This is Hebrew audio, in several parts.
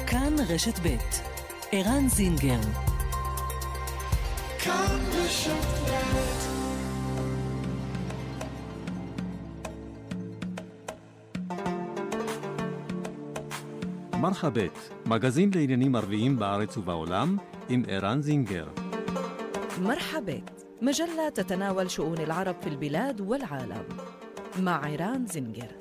כאן רשת ב' ערן זינגר. כאן רשת ב'. מרחבת, מגזין לעניינים ערביים בארץ ובעולם עם ערן זינגר. مرحبا مجلة تتناول شؤون العرب في البلاد والعالم مع عران زنجر.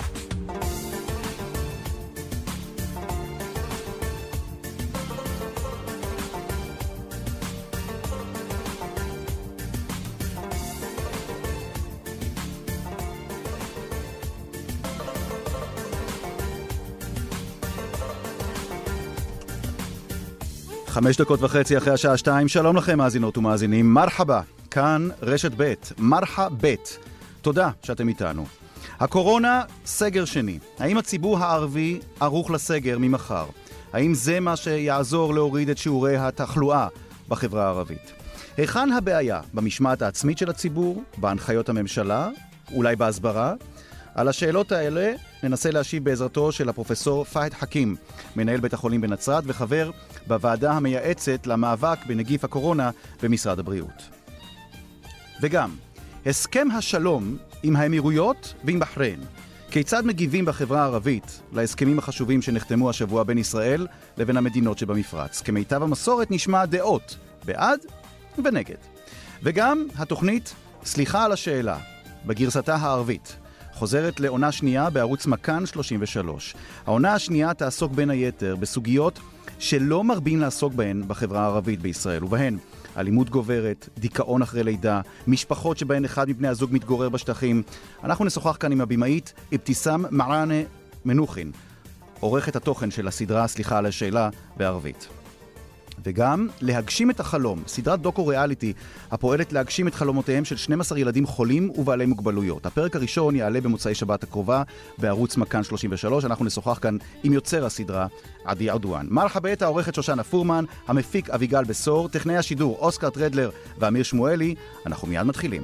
חמש דקות וחצי אחרי השעה 2, שלום לכם מאזינות ומאזינים, מרחבה, כאן רשת ב', מרחבת. תודה שאתם איתנו. הקורונה, סגר שני. האם הציבור הערבי ערוך לסגר ממחר? האם זה מה שיעזור להוריד את שיעורי התחלואה בחברה הערבית? היכן הבעיה? במשמעת העצמית של הציבור? בהנחיות הממשלה? אולי בהסברה? על השאלות האלה ננסה להשיב בעזרתו של הפרופסור פהד חכים, מנהל בית החולים בנצרת וחבר בוועדה המייעצת למאבק בנגיף הקורונה במשרד הבריאות. וגם, הסכם השלום עם האמירויות ועם בחריין. כיצד מגיבים בחברה הערבית להסכמים החשובים שנחתמו השבוע בין ישראל לבין המדינות שבמפרץ? כמיטב המסורת נשמע דעות, בעד ונגד. וגם התוכנית סליחה על השאלה, בגרסתה הערבית. חוזרת לעונה שנייה בערוץ מכאן 33. העונה השנייה תעסוק בין היתר בסוגיות שלא מרבים לעסוק בהן בחברה הערבית בישראל, ובהן אלימות גוברת, דיכאון אחרי לידה, משפחות שבהן אחד מבני הזוג מתגורר בשטחים. אנחנו נשוחח כאן עם הבימאית אבתיסאם מעאנה מנוחין, עורכת התוכן של הסדרה סליחה על השאלה בערבית. וגם להגשים את החלום, סדרת דוקו ריאליטי הפועלת להגשים את חלומותיהם של 12 ילדים חולים ובעלי מוגבלויות. הפרק הראשון יעלה במוצאי שבת הקרובה בערוץ מכאן 33. אנחנו נשוחח כאן עם יוצר הסדרה עדי עדואן. מרחבת, העורכת שושנה פורמן, המפיק אביגל בסור, טכנאי השידור אוסקר טרדלר ואמיר שמואלי. אנחנו מיד מתחילים.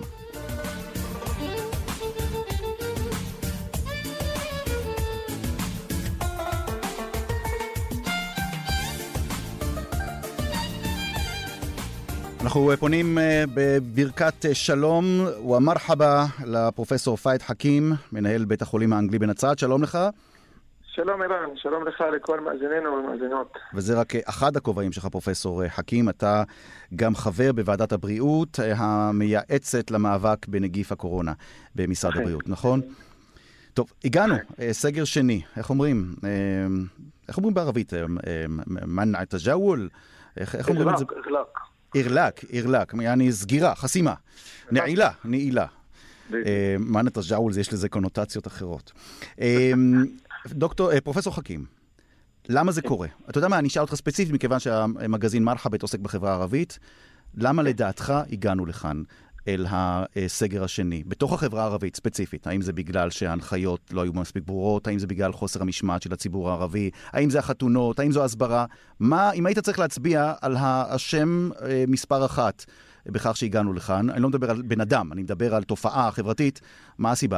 אנחנו פונים בברכת שלום ומרחבה לפרופסור פהד חכים, מנהל בית החולים האנגלי בנצרת. שלום לך. שלום ערן, שלום לך לכל מאזיננו ומאזינות. וזה רק אחד הכובעים שלך, פרופסור חכים. אתה גם חבר בוועדת הבריאות המייעצת למאבק בנגיף הקורונה במשרד הבריאות, נכון? טוב, הגענו, סגר שני. איך אומרים? איך אומרים בערבית? מנע תג'אול? איך אומרים את זה? אירלק, יעני סגירה, חסימה, נעילה. מענה תרג'אול, יש לזה קונוטציות אחרות. פרופסור חכים, למה זה קורה? אתה יודע מה, אני אשאל אותך ספציפית, מכיוון שהמגזין מרחבת עוסק בחברה הערבית, למה לדעתך הגענו לכאן אל הסגר השני, בתוך החברה הערבית ספציפית? האם זה בגלל שההנחיות לא היו מספיק ברורות? האם זה בגלל חוסר המשמעת של הציבור הערבי? האם זה החתונות? האם זו הסברה? אם היית צריך להצביע על השם מספר אחת בכך שהגענו לכאן, אני לא מדבר על בן אדם, אני מדבר על תופעה חברתית, מה הסיבה?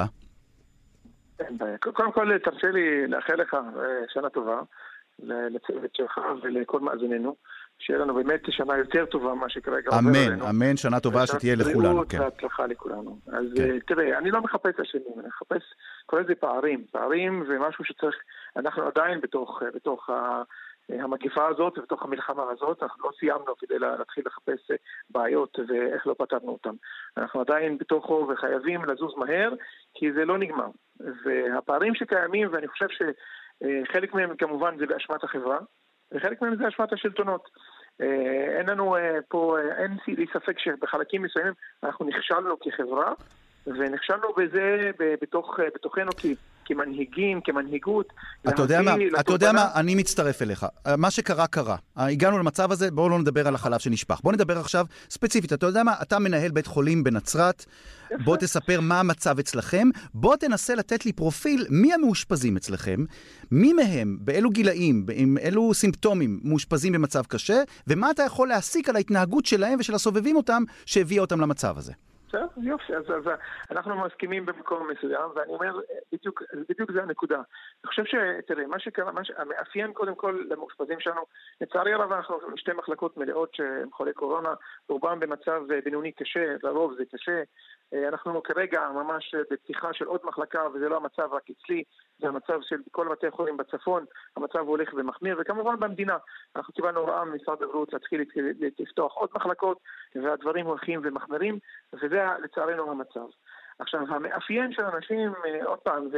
קודם כל תרשה לי לאחל לך שנה טובה לצוות שלך ולכל מאזיננו, שיהיה לנו באמת שנה יותר טובה מה שכרגע עובר עלינו. אמן, שנה טובה שתהיה לכולנו. בריאות והצלחה לכולנו. אז תראה, אני לא מחפש אשמים, אני מחפש כל איזה פערים ומשהו שצריך, אנחנו עדיין בתוך המגפה הזאת ובתוך המלחמה הזאת, אנחנו לא סיימנו כדי להתחיל לחפש בעיות ואיך לא פתרנו אותם. אנחנו עדיין בתוכו וחייבים לזוז מהר, כי זה לא נגמר. והפערים שקיימים, ואני חושב שחלק מהם כמובן זה באשמת החברה, וחלק מהם זה השפעת השלטונות. אין לנו פה, אין לי ספק שבחלקים מסוימים אנחנו נכשלנו כחברה, ונכשלנו בזה בתוכנו כמנהיגים, כמנהיגות. אתה יודע מה, אני מצטרף אליך. מה שקרה, קרה. הגענו למצב הזה, בואו לא נדבר על החלב שנשפך. בואו נדבר עכשיו ספציפית. אתה יודע מה, אתה מנהל בית חולים בנצרת, בוא תספר מה המצב אצלכם, בוא תנסה לתת לי פרופיל מי המאושפזים אצלכם, מי מהם, באילו גילאים, עם אילו סימפטומים מאושפזים במצב קשה, ומה אתה יכול להסיק על ההתנהגות שלהם ושל הסובבים אותם שהביאה אותם למצב הזה. בסדר, יופי, אז אנחנו מסכימים במקום מסוים, ואני אומר, בדיוק זה הנקודה. אני חושב שתראה, מה שקרה, המאפיין קודם כל למאושפזים שלנו, לצערי הרב אנחנו שתי מחלקות מלאות שהם חולי קורונה, רובם במצב בינוני קשה, לרוב זה קשה. אנחנו כרגע ממש בפתיחה של עוד מחלקה, וזה לא המצב רק אצלי, זה המצב של כל בתי החולים בצפון, המצב הולך ומחמיר, וכמובן במדינה. אנחנו קיבלנו הוראה ממשרד הבריאות להתחיל לפתוח עוד מחלקות, והדברים הולכים ומחמירים, וזה לצערנו המצב. עכשיו, המאפיין של אנשים, עוד פעם,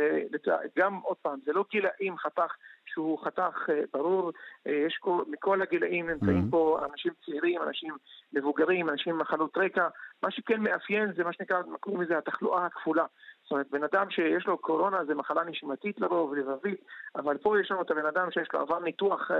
זה לא גילאים חתך שהוא חתך ברור, יש מכל הגילאים נמצאים פה אנשים צעירים, אנשים מבוגרים, אנשים מחלות רקע, מה שכן מאפיין זה מה שנקרא, קוראים לזה התחלואה הכפולה. זאת אומרת, בן אדם שיש לו קורונה זה מחלה נשימתית לרוב, לבבית, אבל פה יש לנו את הבן אדם שיש לו עבר ניתוח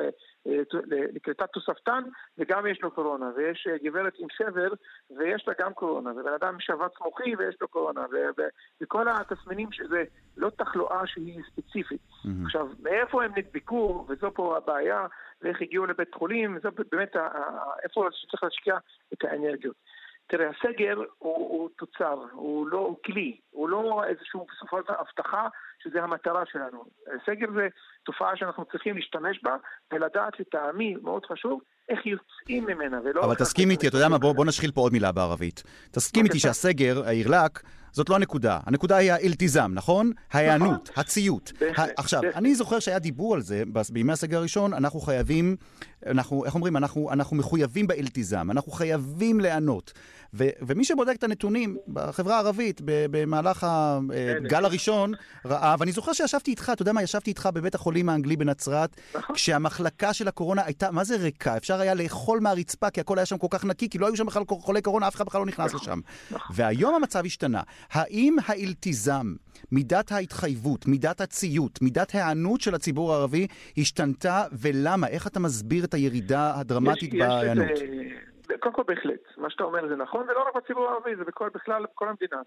לקליטת תוספתן, וגם יש לו קורונה, ויש גברת עם שבר, ויש לה גם קורונה, ובן אדם שבץ מוחי ויש לו קורונה, וכל התסמינים שזה לא תחלואה שהיא ספציפית. עכשיו, מאיפה הם נדבקו, וזו פה הבעיה, ואיך הגיעו לבית חולים, וזו באמת איפה שצריך להשקיע את האנרגיות. תראה, הסגר הוא תוצר, הוא כלי, הוא לא איזשהו בסופו של הבטחה שזה המטרה שלנו. הסגר זה תופעה שאנחנו צריכים להשתמש בה, ולדעת לטעמי מאוד חשוב איך יוצאים ממנה. אבל תסכים איתי, אתה יודע מה, בוא נשחיל פה עוד מילה בערבית. תסכים איתי שהסגר, הירלק, זאת לא הנקודה. הנקודה היא האלתיזם, נכון? ההיענות, הציות. עכשיו, אני זוכר שהיה דיבור על זה, בימי הסגר הראשון, אנחנו חייבים, איך אומרים, אנחנו מחויבים באלתיזם, אנחנו חייבים לענות. ומי שבודק את הנתונים בחברה הערבית, במהלך הגל הראשון, ראה, ואני זוכר שישבתי איתך, אתה יודע מה, ישבתי איתך בבית החולים האנגלי בנצרת, כשהמחלקה של הקורונה הייתה, מה זה ריקה? אפשר היה לאכול מהרצפה, כי הכל היה שם כל כך נקי, כי לא היו שם בכלל חולי קורונה, אף אחד בכלל לא נכנס לשם. והיום המצב השתנה. האם האלתיזם, מידת ההתחייבות, מידת הציות, מידת הענות של הציבור הערבי השתנתה, ולמה? איך אתה מסביר את הירידה הדרמטית בהיענות? קודם כל בהחלט, מה שאתה אומר זה נכון, ולא רק בציבור הערבי, זה בכלל בכל המדינה,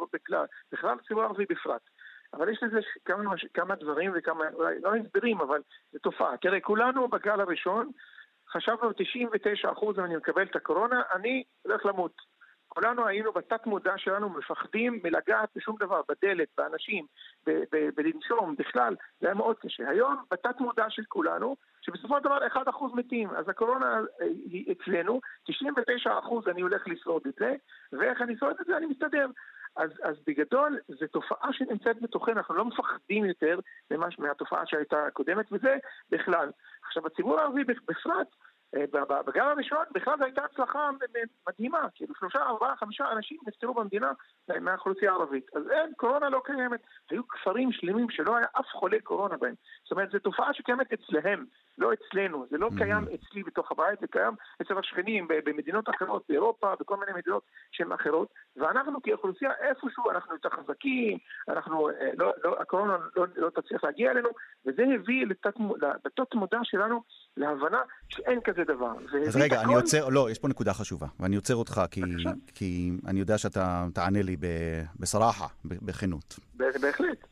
בכלל בציבור הערבי בפרט. אבל יש לזה כמה דברים וכמה, לא הסברים, אבל זה תופעה. תראה, כולנו בגל הראשון, חשבנו 99% אני מקבל את הקורונה, אני הולך למות. כולנו היינו בתת מודע שלנו מפחדים מלגעת בשום דבר, בדלת, באנשים, בלנשום, בכלל, זה היה מאוד קשה. היום בתת מודע של כולנו, שבסופו של דבר 1% מתים, אז הקורונה היא אצלנו, 99% אני הולך לשרוד את זה, ואיך אני שרוד את זה אני מסתדר. אז בגדול, זו תופעה שנמצאת בתוכנו, אנחנו לא מפחדים יותר מהתופעה שהייתה קודמת, וזה בכלל. עכשיו, הציבור הערבי בפרט, בגל הראשון בכלל זו הייתה הצלחה מדהימה, כאילו 3, 4, 5 אנשים נפטרו במדינה מהאוכלוסייה הערבית. אז אין, קורונה לא קיימת. היו כפרים שלמים שלא היה אף חולה קורונה בהם. זאת אומרת, זו תופעה שקיימת אצלהם, לא אצלנו. זה לא קיים אצלי בתוך הבית, זה קיים אצל השכנים, במדינות אחרות, באירופה, בכל מיני מדינות שהן אחרות. ואנחנו כאוכלוסייה איפשהו, אנחנו יותר חזקים, הקורונה לא תצליח להגיע אלינו, וזה הביא לתת מודע שלנו להבנה שאין כזה דבר. אז רגע, אני יוצר, לא, יש פה נקודה חשובה, ואני יוצר אותך, כי אני יודע שאתה תענה לי בסרחה, בכנות. בהחלט.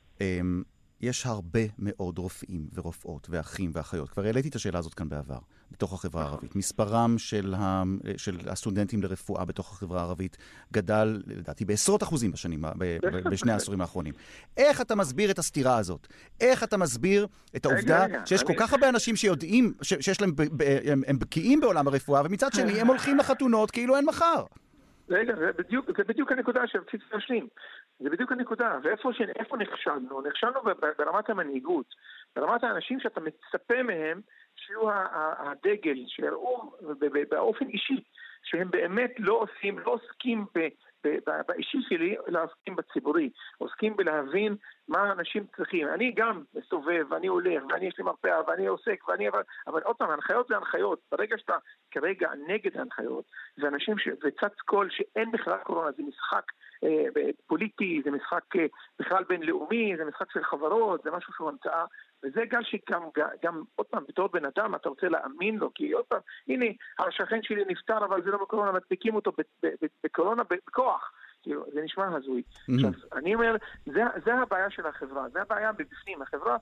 יש הרבה מאוד רופאים ורופאות ואחים ואחיות. כבר העליתי את השאלה הזאת כאן בעבר, בתוך החברה הערבית. מספרם של הסטודנטים לרפואה בתוך החברה הערבית גדל, לדעתי, בעשרות אחוזים בשני העשורים האחרונים. איך אתה מסביר את הסתירה הזאת? איך אתה מסביר את העובדה שיש כל כך הרבה אנשים שיודעים, שיש להם, הם בקיאים בעולם הרפואה, ומצד שני הם הולכים לחתונות כאילו אין מחר? רגע, זה בדיוק הנקודה שרציתי להשלים. זה בדיוק הנקודה. ואיפה נכשלנו? נכשלנו ברמת המנהיגות, ברמת האנשים שאתה מצפה מהם שיהיו הדגל, שיראו באופן אישי, שהם באמת לא עוסקים באישי שלי, אלא עוסקים בציבורי, עוסקים בלהבין מה האנשים צריכים. אני גם מסובב, ואני הולך, ואני יש לי מרפאה, ואני עוסק, אבל עוד פעם, הנחיות זה הנחיות. ברגע שאתה כרגע נגד ההנחיות, זה אנשים וצץ קול שאין בכלל קורונה, זה משחק פוליטי, זה משחק בכלל בינלאומי, זה משחק של חברות, זה משהו שהוא המצאה, וזה גל שגם עוד פעם, בתור בן אדם, אתה רוצה להאמין לו, כי עוד פעם, הנה, השכן שלי נפטר, אבל זה לא בקורונה, מדביקים אותו בקורונה בכוח. כאילו, זה נשמע הזוי. עכשיו, אני אומר, זה הבעיה של החברה, זה הבעיה בפנים. החברה,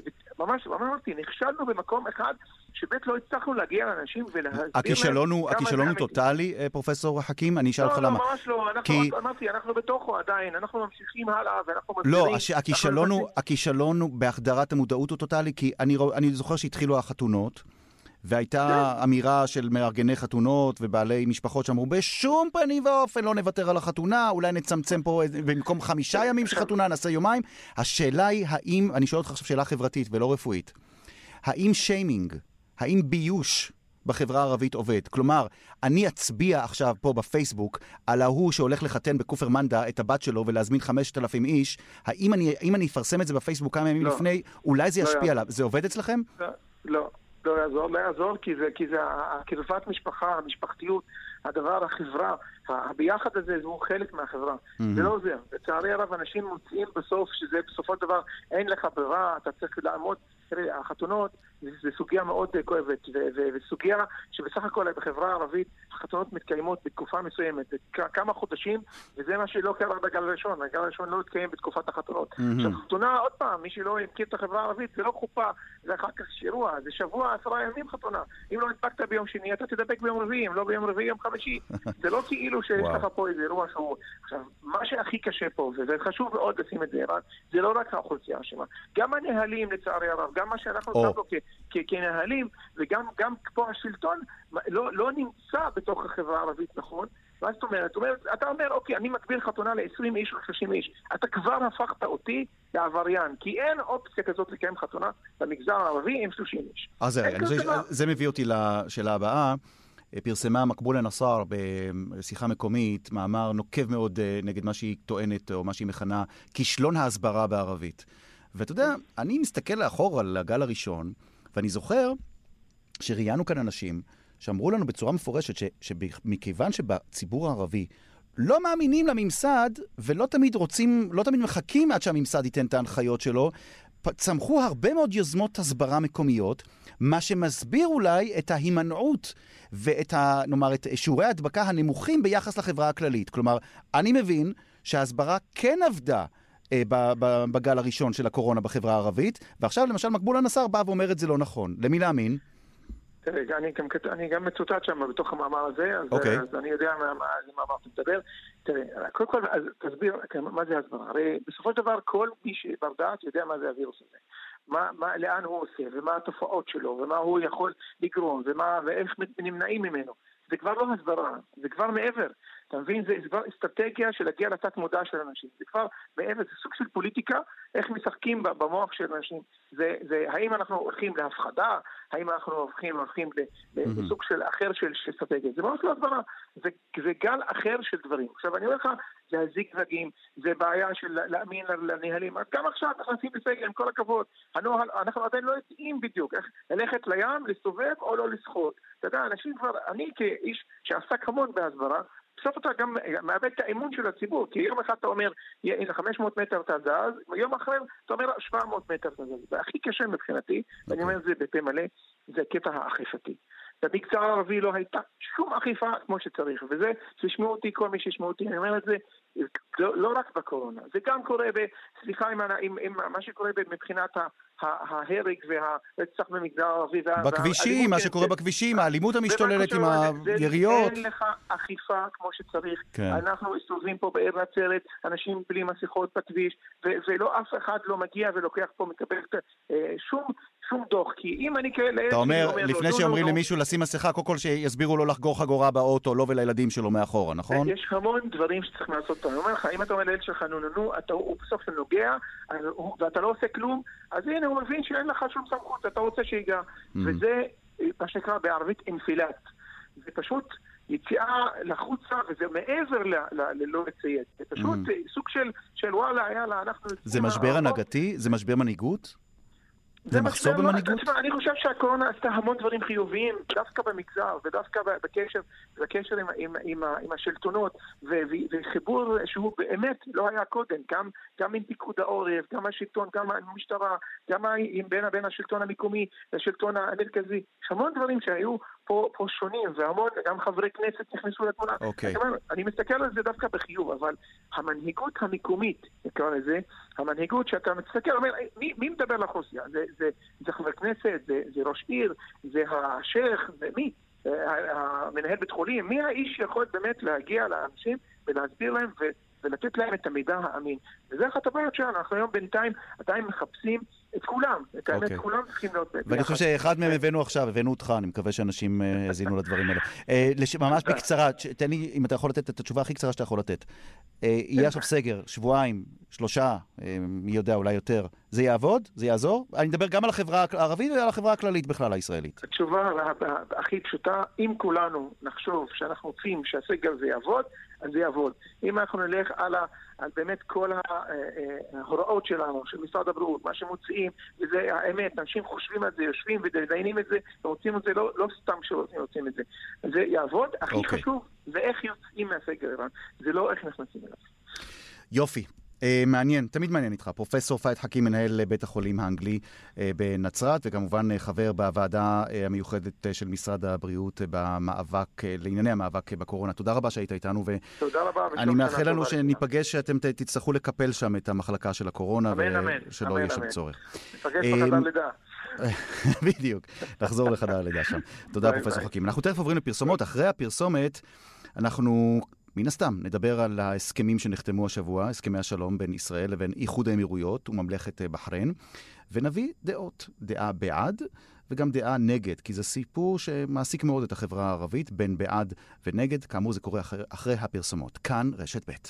ממש אמרתי, נכשלנו במקום אחד שבית לא הצלחנו להגיע לאנשים ולהסביר להם... הכישלון הוא טוטלי, פרופסור חכים? אני אשאל אותך למה. לא, ממש לא. אמרתי, אנחנו בתוכו עדיין, אנחנו ממשיכים הלאה ואנחנו מסבירים... לא, הכישלון הוא בהחדרת המודעות הוא טוטלי, כי אני זוכר שהתחילו החתונות, והייתה אמירה של מארגני חתונות ובעלי משפחות שאמרו, בשום פנים ואופן לא נוותר על החתונה, אולי נצמצם פה במקום 5 ימים של חתונה, נעשה יומיים. השאלה היא, אני שואל אותך עכשיו שאלה חברתית ולא רפואית, האם שיימינג, האם ביוש בחברה הערבית עובד? כלומר, אני אצביע עכשיו פה בפייסבוק על ההוא שהולך לחתן בכופר מנדה את הבת שלו ולהזמין 5,000 איש, האם אני אפרסם את זה בפייסבוק כמה ימים לפני, אולי זה ישפיע עליו. זה עובד אצלכם? לא. לא יעזור, כי זה הקרבת משפחה, המשפחתיות, הדבר, החברה, הביחד הזה הוא חלק מהחברה. זה לא עוזר. לצערי הרב, אנשים מוצאים בסוף, שזה בסופו של דבר, אין לך ברירה, אתה צריך לעמוד. תראה, החתונות זה סוגיה מאוד כואבת, וסוגיה שבסך הכל בחברה הערבית, החתונות מתקיימות בתקופה מסוימת, כמה חודשים, וזה מה שלא קרה בגל הראשון. הגל הראשון לא התקיים בתקופת החתונות. עכשיו, חתונה, עוד פעם, מי שלא מכיר את החברה הערבית, זה לא חופה, זה אחר כך שירוע, זה שבוע, 10 ימים חתונה. אם לא נדבקת ביום שני, אתה תדבק ביום רביעי, אם לא ביום רביעי, יום חמישי. זה לא כאילו שיש לך פה איזה אירוע שהוא... עכשיו, מה שהכי קשה פה, וזה חשוב מאוד לשים את זה, זה לא רק האוכלוסייה השמה. גם הנהלים, לצערי הרב, גם מה שאנחנו שמנו כנהלים, וגם פה השלטון לא נמצא בתוך החברה הערבית, נכון? מה זאת אומרת? אתה אומר, אוקיי, אני מקביל חתונה ל-20 איש או 30 איש. אתה כבר הפכת אותי לעבריין, כי אין אופציה כזאת לקיים חתונה במגזר הערבי עם 30 איש. אז זה מביא אותי לשאלה הבאה. פרסמה מקבולה נסאר בשיחה מקומית, מאמר נוקב מאוד נגד מה שהיא טוענת, או מה שהיא מכנה, כישלון ההסברה בערבית. ואתה יודע, אני מסתכל לאחור על הגל הראשון, ואני זוכר שראיינו כאן אנשים שאמרו לנו בצורה מפורשת שמכיוון שבציבור הערבי לא מאמינים לממסד, ולא תמיד מחכים עד שהממסד ייתן את ההנחיות שלו, צמחו הרבה מאוד יוזמות הסברה מקומיות, מה שמסביר אולי את ההימנעות ואת נאמר, את שיעורי ההדבקה הנמוכים ביחס לחברה הכללית. כלומר, אני מבין שההסברה כן עבדה בגל הראשון של הקורונה בחברה הערבית, ועכשיו למשל מקבולה נסאר בא ואומר את זה לא נכון. למי להאמין? תראה, אני גם מצוטט שם בתוך המאמר הזה, אז אני יודע מה אתה מדבר. תראה, קודם כל, תסביר מה זה הסברה. הרי בסופו של דבר, כל מי שבר דעת יודע מה זה הווירוס הזה. לאן הוא עושה, ומה התופעות שלו, ומה הוא יכול לגרום, ואיך נמנעים ממנו. זה כבר לא הסברה, זה כבר מעבר. אתה מבין? זה כבר אסטרטגיה של להגיע לתת מודע של אנשים. זה כבר מעבר, זה סוג של פוליטיקה, איך משחקים במוח של אנשים. זה האם אנחנו הולכים להפחדה, האם אנחנו הולכים לסוג של אחר של אסטרטגיה. זה ממש לא הסברה. זה גל אחר של דברים. עכשיו אני אומר לך, זה הזיגזגים, זה בעיה של להאמין לנהלים. גם עכשיו נכנסים לסגל, עם כל הכבוד. אנחנו עדיין לא יודעים בדיוק איך ללכת לים, לסובב או לא לשחות. אתה יודע, אנשים כבר, אני כאיש שעסק המון בהסברה, בסוף אתה גם מאבד את האמון של הציבור, כי יום אחד אתה אומר, הנה 500 מטר אתה זז, יום אחר אתה אומר 700 מטר אתה זז. והכי קשה מבחינתי, ואני אומר את זה בפה מלא, זה הקטע האכיפתי. במגזר הערבי לא הייתה שום אכיפה כמו שצריך, וזה, שישמעו אותי, כל מי שישמעו אותי, אני אומר את זה, לא רק בקורונה, זה גם קורה סליחה עם מה שקורה מבחינת ההרג והרצח במגזר הערבי. בכבישים, מה שקורה בכבישים, האלימות המשתוללת עם היריות. אין לך אכיפה כמו שצריך. אנחנו מסתובבים פה בעיר נצרת, אנשים בלי מסכות בכביש, ולא אף אחד לא מגיע ולוקח פה, מקבל שום דוח, כי אם אני כאלה... אתה אומר, לפני שאומרים למישהו לשים מסכה, קודם כל שיסבירו לו לחגור חגורה באוטו, לא ולילדים שלו מאחורה, נכון? יש המון דברים שצריך לעשות. אני אומר לך, אם אתה אומר לילד שלך נו, הוא בסוף נוגע, ואתה לא עושה כלום, אז הנה הוא מבין שאין לך שום סמכות, אתה רוצה שיגע. וזה מה שנקרא בערבית אינפילט. זה פשוט יציאה לחוצה, וזה מעבר ללא לציית. זה פשוט סוג של וואלה, יאללה, אנחנו... זה משבר הנהגתי? זה משבר מנהיגות? זה מחסור במנהיגות? אני חושב שהקורונה עשתה המון דברים חיוביים, דווקא במגזר, ודווקא בקשר עם השלטונות, וחיבור שהוא באמת לא היה קודם, גם עם פיקוד העורף, גם השלטון, גם המשטרה, גם בין השלטון המקומי לשלטון המרכזי. יש המון דברים שהיו פה שונים, והמון, גם חברי כנסת נכנסו לתמונה. אני מסתכל על זה דווקא בחיוב, אבל המנהיגות המקומית, נקרא לזה, המנהיגות שאתה מסתכל, אומר, מי מדבר לאוכלוסייה? זה חבר כנסת, זה ראש עיר, זה השייך, זה מי? המנהל בית חולים, מי האיש שיכול באמת להגיע לאנשים ולהסביר להם ולתת להם את המידע האמין. וזה אחת הבעיות שלנו, אנחנו היום בינתיים עדיין מחפשים את כולם, את האמת, כולם צריכים להיות ביחד. ואני חושב שאחד מהם הבאנו אותך, אני מקווה שאנשים הזינו לדברים האלה. ממש בקצרה, תן לי, אם אתה יכול לתת את התשובה הכי קצרה שאתה יכול לתת. יהיה עכשיו סגר, שבועיים, 3, מי יודע, אולי יותר. זה יעבוד? זה יעזור? אני מדבר גם על החברה הערבית ועל החברה הכללית בכלל הישראלית. התשובה הכי פשוטה, אם כולנו נחשוב שאנחנו רוצים שהסגר זה יעבוד, אז זה יעבוד. אם אנחנו נלך על באמת כל ההוראות שלנו, של משרד הבריאות, מה שמוצאים, וזה האמת, אנשים חושבים על זה, יושבים ודיינים את זה, ורוצים את זה, לא סתם שרוצים את זה. זה יעבוד, הכי חשוב זה איך יוצאים מהסגר, זה לא איך נכנסים אליו. יופי. מעניין, תמיד מעניין איתך. פרופסור פאיד חכים, מנהל בית החולים האנגלי בנצרת, וכמובן חבר בוועדה המיוחדת של משרד הבריאות לענייני המאבק בקורונה. תודה רבה שהיית איתנו, ואני מאחל לנו שניפגש שאתם תצטרכו לקפל שם את המחלקה של הקורונה, ושלא יהיה שם צורך. ניפגש בחדר לידה. בדיוק, נחזור לחדר לידה שם. תודה פרופסור חכים. אנחנו תכף עוברים לפרסומות. אחרי הפרסומת אנחנו מן הסתם נדבר על ההסכמים שנחתמו השבוע, הסכמי השלום בין ישראל לבין איחוד האמירויות וממלכת בחריין, ונביא דעות, דעה בעד וגם דעה נגד, כי זה סיפור שמעסיק מאוד את החברה הערבית, בין בעד ונגד. כאמור זה קורה אחרי הפרסומות. כאן רשת ב'.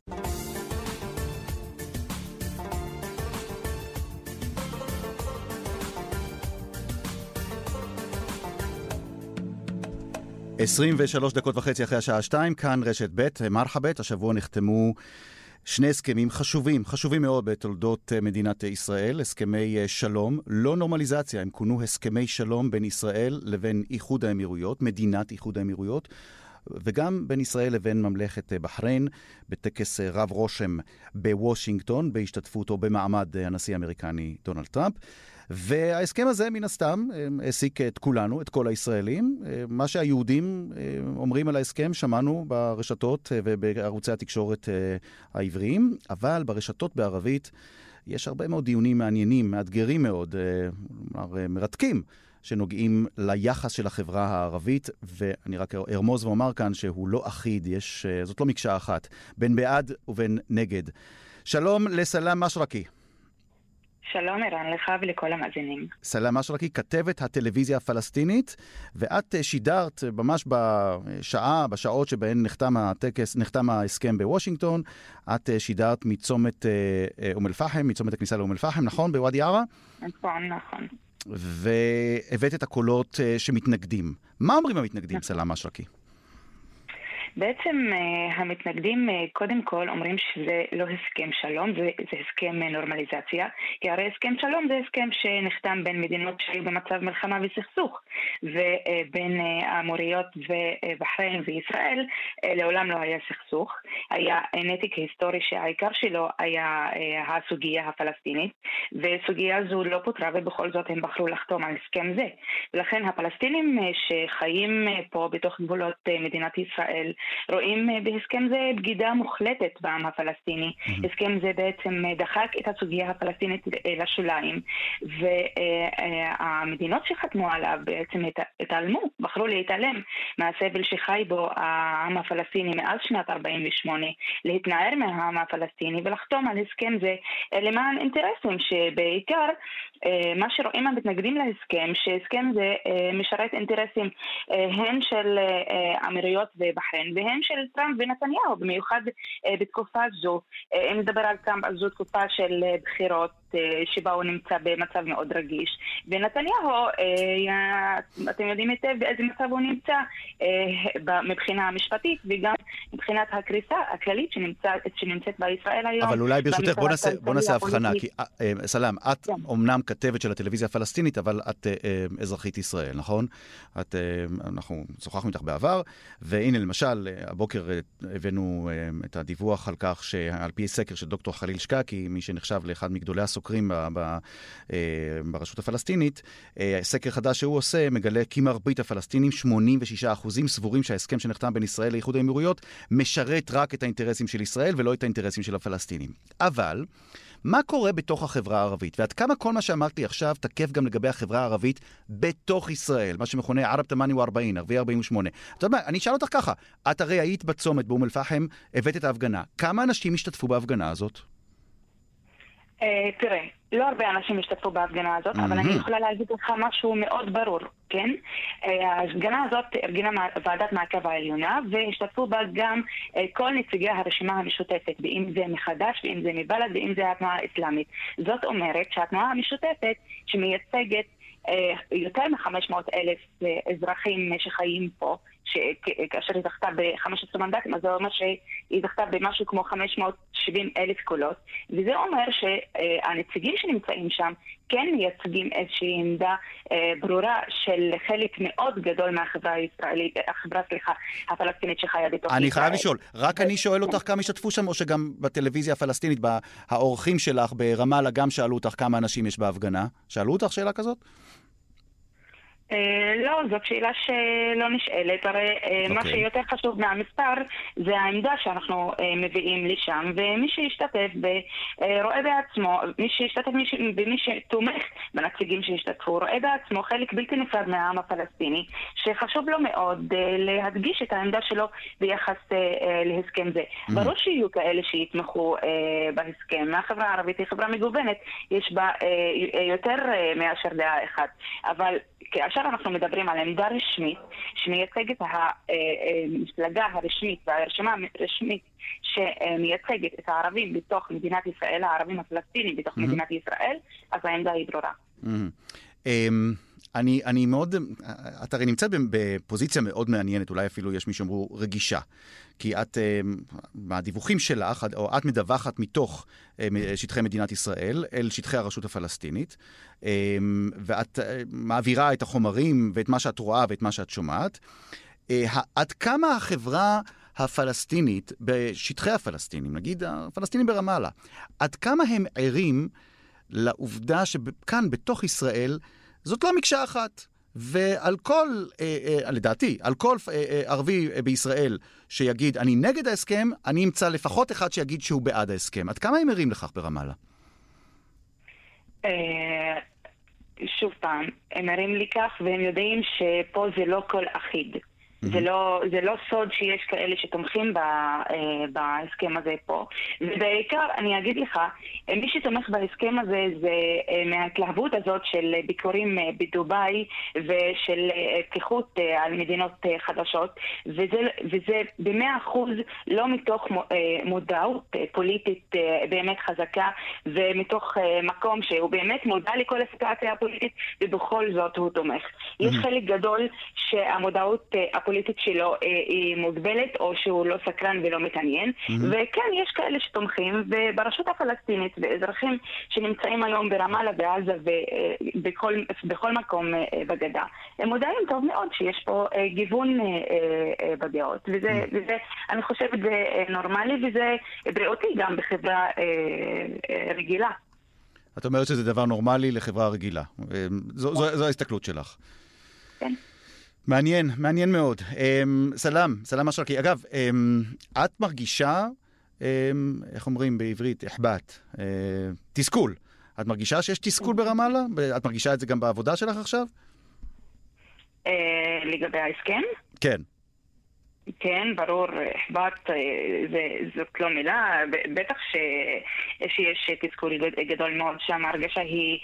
וחצי אחרי השעה 2, כאן רשת ב', מרחבת. השבוע נחתמו 2 הסכמים חשובים מאוד בתולדות מדינת ישראל, הסכמי שלום, לא נורמליזציה, הם כונו הסכמי שלום בין ישראל לבין איחוד האמירויות, מדינת איחוד האמירויות, וגם בין ישראל לבין ממלכת בחריין, בטקס רב רושם בוושינגטון, בהשתתפותו במעמד הנשיא האמריקני דונלד טראמפ. וההסכם הזה מן הסתם העסיק את כולנו, את כל הישראלים. מה שהיהודים אומרים על ההסכם שמענו ברשתות ובערוצי התקשורת העבריים, אבל ברשתות בערבית יש הרבה מאוד דיונים מעניינים, מאתגרים מאוד, מרתקים, שנוגעים ליחס של החברה הערבית, ואני רק ארמוז ואומר כאן שהוא לא אחיד, זאת לא מקשה אחת, בין בעד ובין נגד. שלום לסלאם משרקי. שלום ערן, לך ולכל המאזינים. סלאם משרקי, כתבת הטלוויזיה הפלסטינית, ואת שידרת ממש בשעות שבהן נחתם ההסכם בוושינגטון, את שידרת מצומת אום אל-פחם, מצומת הכניסה לאום אל-פחם, נכון? בוואדי ערה? נכון. והבאת את הקולות שמתנגדים. מה אומרים המתנגדים, סלאם משרקי? בעצם המתנגדים קודם כל אומרים שזה לא הסכם שלום, זה הסכם נורמליזציה, כי הרי הסכם שלום זה הסכם שנחתם בין מדינות שהיו במצב מלחמה וסכסוך, ובין האמירויות ובחריין וישראל לעולם לא היה סכסוך, היה נתק היסטורי שהעיקר שלו היה הסוגיה הפלסטינית, וסוגיה זו לא פותרה ובכל זאת הם בחרו לחתום על הסכם זה, ולכן הפלסטינים שחיים פה בתוך גבולות מדינת ישראל רואים בהסכם זה בגידה מוחלטת בעם הפלסטיני. הסכם זה בעצם דחק את הסוגיה הפלסטינית לשוליים, והמדינות שחתמו עליו בעצם בחרו להתעלם מהסבל שחי בו העם הפלסטיני מאז שנת 48, להתנער מהעם הפלסטיני ולחתום על הסכם זה למען אינטרסים שבעיקר מה שרואים המתנגדים להסכם, שהסכם זה משרת אינטרסים הן של אמירויות ובחריין והן של טראמפ ונתניהו, במיוחד בתקופה זו. אם נדבר על טראמפ, אז זו תקופה של בחירות שבה הוא נמצא במצב מאוד רגיש. ונתניהו, אתם יודעים היטב באיזה מצב הוא נמצא מבחינה המשפטית וגם מבחינת הקריסה הכללית שנמצאת בישראל היום. אבל אולי ברשותך בוא נעשה הבחנה, כי סלאם, את אומנם כתבת של הטלוויזיה הפלסטינית, אבל את אזרחית ישראל, נכון? אנחנו שוחחנו איתך בעבר, והנה למשל, הבוקר הבאנו את הדיווח על כך שעל פי סקר של דוקטור חליל שקקי, מי שנחשב לאחד מגדולי החוקרים ברשות הפלסטינית, סקר חדש שהוא עושה מגלה כי מרבית הפלסטינים, 86% סבורים שההסכם שנחתם בין ישראל לאיחוד האמירויות משרת רק את האינטרסים של ישראל ולא את האינטרסים של הפלסטינים. אבל מה קורה בתוך החברה הערבית? ועד כמה כל מה שאמרתי עכשיו תקף גם לגבי החברה הערבית בתוך ישראל, מה שמכונה ערב תמאני ו-40, ערבי 48. אתה יודע מה, אני אשאל אותך ככה, את הרי היית בצומת באום אל-פחם, הבאת את ההפגנה. כמה אנשים השתתפו בהפגנה הזאת? תראה, לא הרבה אנשים השתתפו בהפגנה הזאת, אבל אני יכולה להגיד לך משהו מאוד ברור, כן? ההפגנה הזאת ארגנה ועדת מעקב העליונה, והשתתפו בה גם כל נציגי הרשימה המשותפת, אם זה מחדש, ואם זה מבל"ד, ואם זה התנועה האסלאמית. זאת אומרת שהתנועה המשותפת שמייצגת יותר מ-500,000 אזרחים שחיים פה, כאשר היא זכתה ב-15 מנדטים, אז זה אומר שהיא זכתה במשהו כמו 570,000 קולות, וזה אומר שהנציגים שנמצאים שם כן מייצגים איזושהי עמדה ברורה של חלק מאוד גדול מהחברה הישראלית, הפלסטינית שחיה בתוך ישראל. אני חייב לשאול, רק אני שואל אותך כמה השתתפו שם, או שגם בטלוויזיה הפלסטינית, האורחים שלך ברמאללה גם שאלו אותך כמה אנשים יש בהפגנה? שאלו אותך שאלה כזאת? לא, זאת שאלה שלא נשאלת. הרי מה שיותר חשוב מהמספר זה העמדה שאנחנו מביאים לשם, ומי שישתתף רואה בעצמו, מי שישתתף ומי שתומך בנציגים שהשתתפו רואה בעצמו חלק בלתי נפרד מהעם הפלסטיני, שחשוב לו מאוד להדגיש את העמדה שלו ביחס להסכם זה. ברור שיהיו כאלה שיתמכו בהסכם. מהחברה הערבית היא חברה מגוונת, יש בה יותר מאשר דעה אחת, אבל כאשר אנחנו מדברים על עמדה רשמית שמייצגת המפלגה הרשמית והרשימה הרשמית שמייצגת את הערבים בתוך מדינת ישראל, הערבים הפלסטינים בתוך מדינת ישראל, אז העמדה היא ברורה. אני מאוד, את הרי נמצאת בפוזיציה מאוד מעניינת, אולי אפילו יש מי שאומרו רגישה, כי את, מהדיווחים שלך, או את מדווחת מתוך שטחי מדינת ישראל אל שטחי הרשות הפלסטינית, ואת מעבירה את החומרים ואת מה שאת רואה ואת מה שאת שומעת. עד כמה החברה הפלסטינית בשטחי הפלסטינים, נגיד הפלסטינים ברמאללה, עד כמה הם ערים לעובדה שכאן בתוך ישראל זאת לא מקשה אחת, ועל כל, לדעתי, על כל ערבי בישראל שיגיד אני נגד ההסכם, אני אמצא לפחות אחד שיגיד שהוא בעד ההסכם. עד כמה הם ערים לכך ברמאללה? שוב פעם, הם ערים לכך והם יודעים שפה זה לא כל אחיד. זה לא סוד שיש כאלה שתומכים בהסכם הזה פה. ובעיקר, אני אגיד לך, מי שתומך בהסכם הזה זה מההתלהבות הזאת של ביקורים בדוביי ושל פתיחות על מדינות חדשות, וזה ב100% לא מתוך מודעות פוליטית באמת חזקה, ומתוך מקום שהוא באמת מודע לכל הסיטואציה הפוליטית, ובכל זאת הוא תומך. יש חלק גדול שהמודעות הפוליטית שלו היא מוגבלת, או שהוא לא סקרן ולא מתעניין, וכן יש כאלה שתומכים, וברשות הפלסטינית ואזרחים שנמצאים היום ברמאללה, בעזה ובכל מקום בגדה, הם מודעים טוב מאוד שיש פה גיוון בדעות, וזה אני חושבת זה נורמלי, וזה בריאותי גם בחברה רגילה. את אומרת שזה דבר נורמלי לחברה רגילה. זו ההסתכלות שלך. כן. מעניין מאוד. סלאם משרקי. אגב, את מרגישה, איך אומרים בעברית, אחבת, תסכול. את מרגישה שיש תסכול ברמאללה? את מרגישה את זה גם בעבודה שלך עכשיו? לגבי ההסכם? כן. כן, ברור, אחבת, זאת לא מילה, בטח שיש תסכול גדול מאוד שם, ההרגשה היא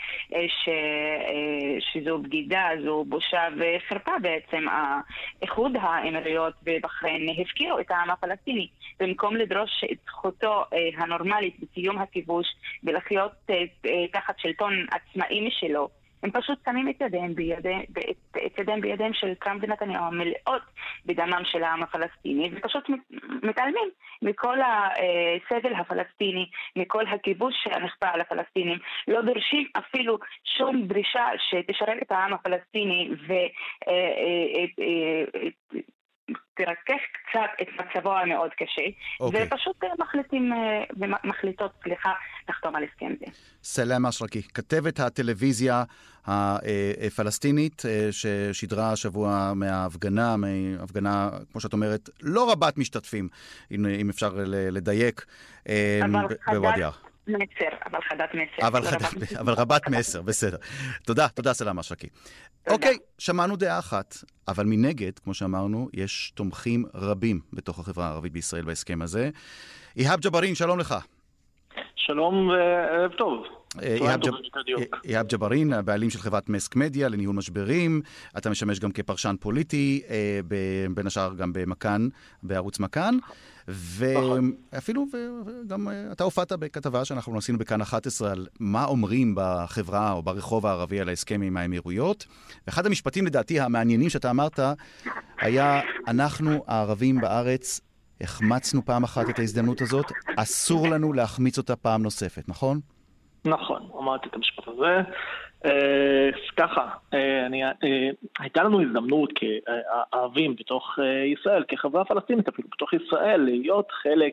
שזו בגידה, זו בושה וחרפה בעצם. איחוד האמירויות בבחריין הפקיעו את העם הפלסטיני, במקום לדרוש את זכותו הנורמלית בסיום הכיבוש ולחיות תחת שלטון עצמאי משלו. הם פשוט שמים את ידיהם בידיהם של טראמפ ונתניהו מלאות בדמם של העם הפלסטיני, ופשוט מתעלמים מכל הסבל הפלסטיני, מכל הכיבוש שנכפה על הפלסטינים. לא דורשים אפילו שום דרישה שתשרת את העם הפלסטיני תרכך קצת את מצבו המאוד קשה, ופשוט מחליטות לחתום על הסכם זה. סלאם משרקי, כתבת הטלוויזיה הפלסטינית ששידרה השבוע מההפגנה, כמו שאת אומרת, לא רבת משתתפים, אם אפשר לדייק, בוואדי עארה. אבל חדת מסר. אבל רבת מסר, בסדר. תודה סלאם משרקי. אוקיי, שמענו דעה אחת, אבל מנגד, כמו שאמרנו, יש תומכים רבים בתוך החברה הערבית בישראל בהסכם הזה. איהאב ג'בארין, שלום לך. שלום וערב טוב. איהאב ג'בארין, הבעלים של חברת מסק מדיה לניהול משברים. אתה משמש גם כפרשן פוליטי, בין השאר גם במכאן, בערוץ מכאן. ואפילו גם אתה הופעת בכתבה שאנחנו עשינו בכאן 11 על מה אומרים בחברה או ברחוב הערבי על ההסכם עם האמירויות. ואחד המשפטים לדעתי המעניינים שאתה אמרת היה, אנחנו הערבים בארץ החמצנו פעם אחת את ההזדמנות הזאת, אסור לנו להחמיץ אותה פעם נוספת, נכון? נכון, אמרתי את המשפט הזה. ככה, הייתה לנו הזדמנות כערבים בתוך ישראל, כחברה פלסטינית אפילו בתוך ישראל, להיות חלק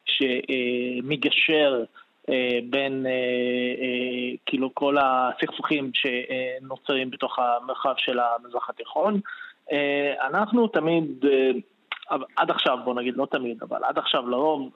שמגשר בין כאילו כל הסכסוכים שנוצרים בתוך המרחב של המזרח התיכון. אנחנו תמיד, עד עכשיו, בוא נגיד, לא תמיד, אבל עד עכשיו לרוב,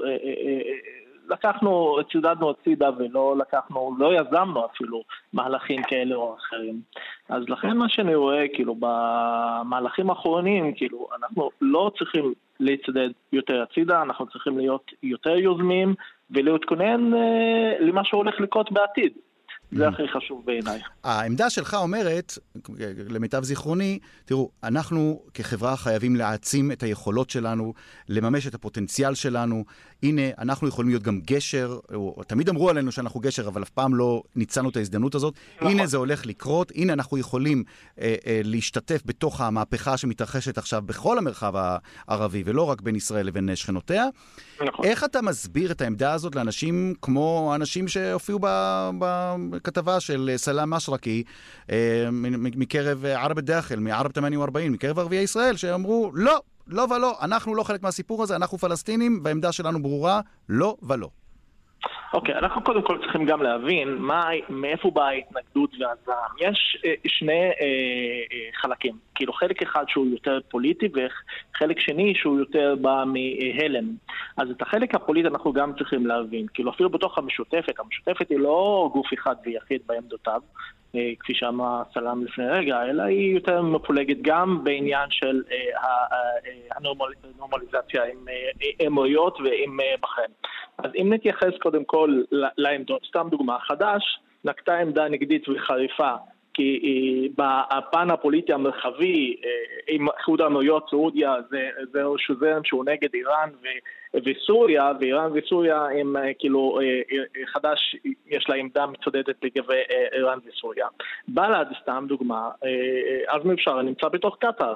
צידדנו הצידה לא יזמנו אפילו מהלכים כאלה או אחרים. אז לכן מה שאני רואה, כאילו, במהלכים האחרונים, כאילו, אנחנו לא צריכים להצדד יותר הצידה, אנחנו צריכים להיות יותר יוזמים, ולהתכונן למה שהולך לקרות בעתיד. זה הכי חשוב בעיניי. העמדה שלך אומרת, למיטב זיכרוני, תראו, אנחנו כחברה חייבים להעצים את היכולות שלנו, לממש את הפוטנציאל שלנו. הנה, אנחנו יכולים להיות גם גשר, או תמיד אמרו עלינו שאנחנו גשר, אבל אף פעם לא ניצלנו את ההזדמנות הזאת. הנה זה הולך לקרות, הנה אנחנו יכולים להשתתף בתוך המהפכה שמתרחשת עכשיו בכל המרחב הערבי, ולא רק בין ישראל לבין שכנותיה. איך אתה מסביר את העמדה הזאת לאנשים כמו האנשים שהופיעו בכתבה של סלאם משרקי מקרב ערב הדאחל, מערב 48, מקרב ערביי ישראל, שאמרו לא ולא, אנחנו לא חלק מהסיפור הזה, אנחנו פלסטינים, והעמדה שלנו ברורה, לא ולא. אוקיי, אנחנו קודם כל צריכים גם להבין מאיפה באה ההתנגדות והזעם. יש שני חלקים, כאילו חלק אחד שהוא יותר פוליטי וחלק שני שהוא יותר בא מהלם. אז את החלק הפוליטי אנחנו גם צריכים להבין, כאילו אפילו בתוך המשותפת היא לא גוף אחד ויחיד בעמדותיו, כפי שאמר סלאם לפני רגע, אלא היא יותר מפולגת גם בעניין של הנורמליזציה עם אמרויות ועם בחריין. אז אם נתייחס קודם כל לעמדות, סתם דוגמה, חד"ש נקטה עמדה נגדית וחריפה, כי בפן הפוליטי המרחבי, עם איחוד האמירויות, סעודיה, זהו זרם שהוא נגד איראן וסוריה, ואיראן וסוריה הם כאילו, חד"ש יש לה עמדה מצודדת לגבי איראן וסוריה. בל"ד, סתם דוגמה, אז מאפשר, נמצא בתוך קטר.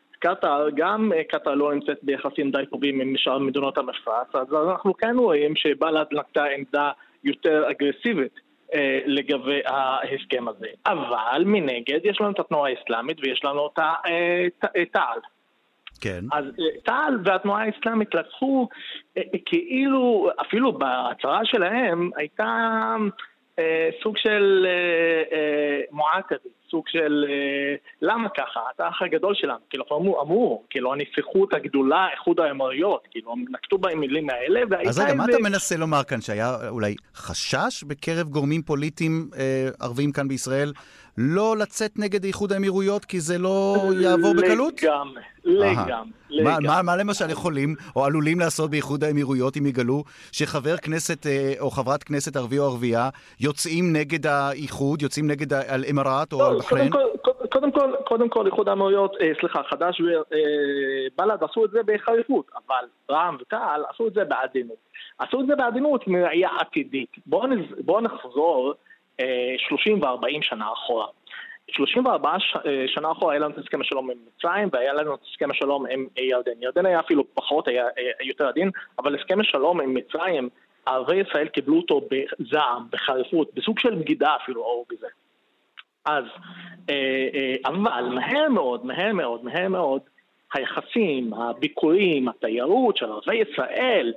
גם קטר לא נמצאת ביחסים די טובים עם שאר מדינות המפרץ, אז אנחנו כן רואים שבל"ד נקטה עמדה יותר אגרסיבית לגבי ההסכם הזה. אבל מנגד יש לנו את התנועה האסלאמית ויש לנו את תע"ל. כן. אז תע"ל והתנועה האסלאמית לקחו כאילו, אפילו בהצהרה שלהם הייתה סוג של מועקדית, סוג של למה ככה? אתה האח הגדול שלנו, כאילו אמרו, כאילו הנסיכות הגדולה, איחוד האמירויות, כאילו נקטו בהם מילים האלה. אז רגע, מה אתה מנסה לומר כאן, שהיה אולי חשש בקרב גורמים פוליטיים ערביים כאן בישראל, לא לצאת נגד איחוד האמירויות, כי זה לא יעבור בקלות? לגמרי. מה למשל יכולים או עלולים לעשות באיחוד האמירויות אם יגלו שחבר כנסת או חברת כנסת ערבי או ערבייה יוצאים נגד האיחוד, יוצאים נגד האמירات או בחריין? קודם כל איחוד האמירויות, חד"ש ובל"ד עשו את זה בחריפות, אבל רע"מ ותע"ל עשו את זה בעדינות. עשו את זה בעדינות מראייה עתידית. בואו נחזור 30 ו-40 שנה אחורה. 34 שנה אחורה היה לנו את הסכם השלום עם מצרים, והיה לנו את הסכם השלום עם ירדן. ירדן היה אפילו פחות, היה יותר עדין, אבל הסכם השלום עם מצרים, ערבי ישראל קיבלו אותו בזעם, בחריפות, בסוג של בגידה אפילו, או בזה. אז, אבל מהר מאוד, היחסים, הביקורים, התיירות של ערבי ישראל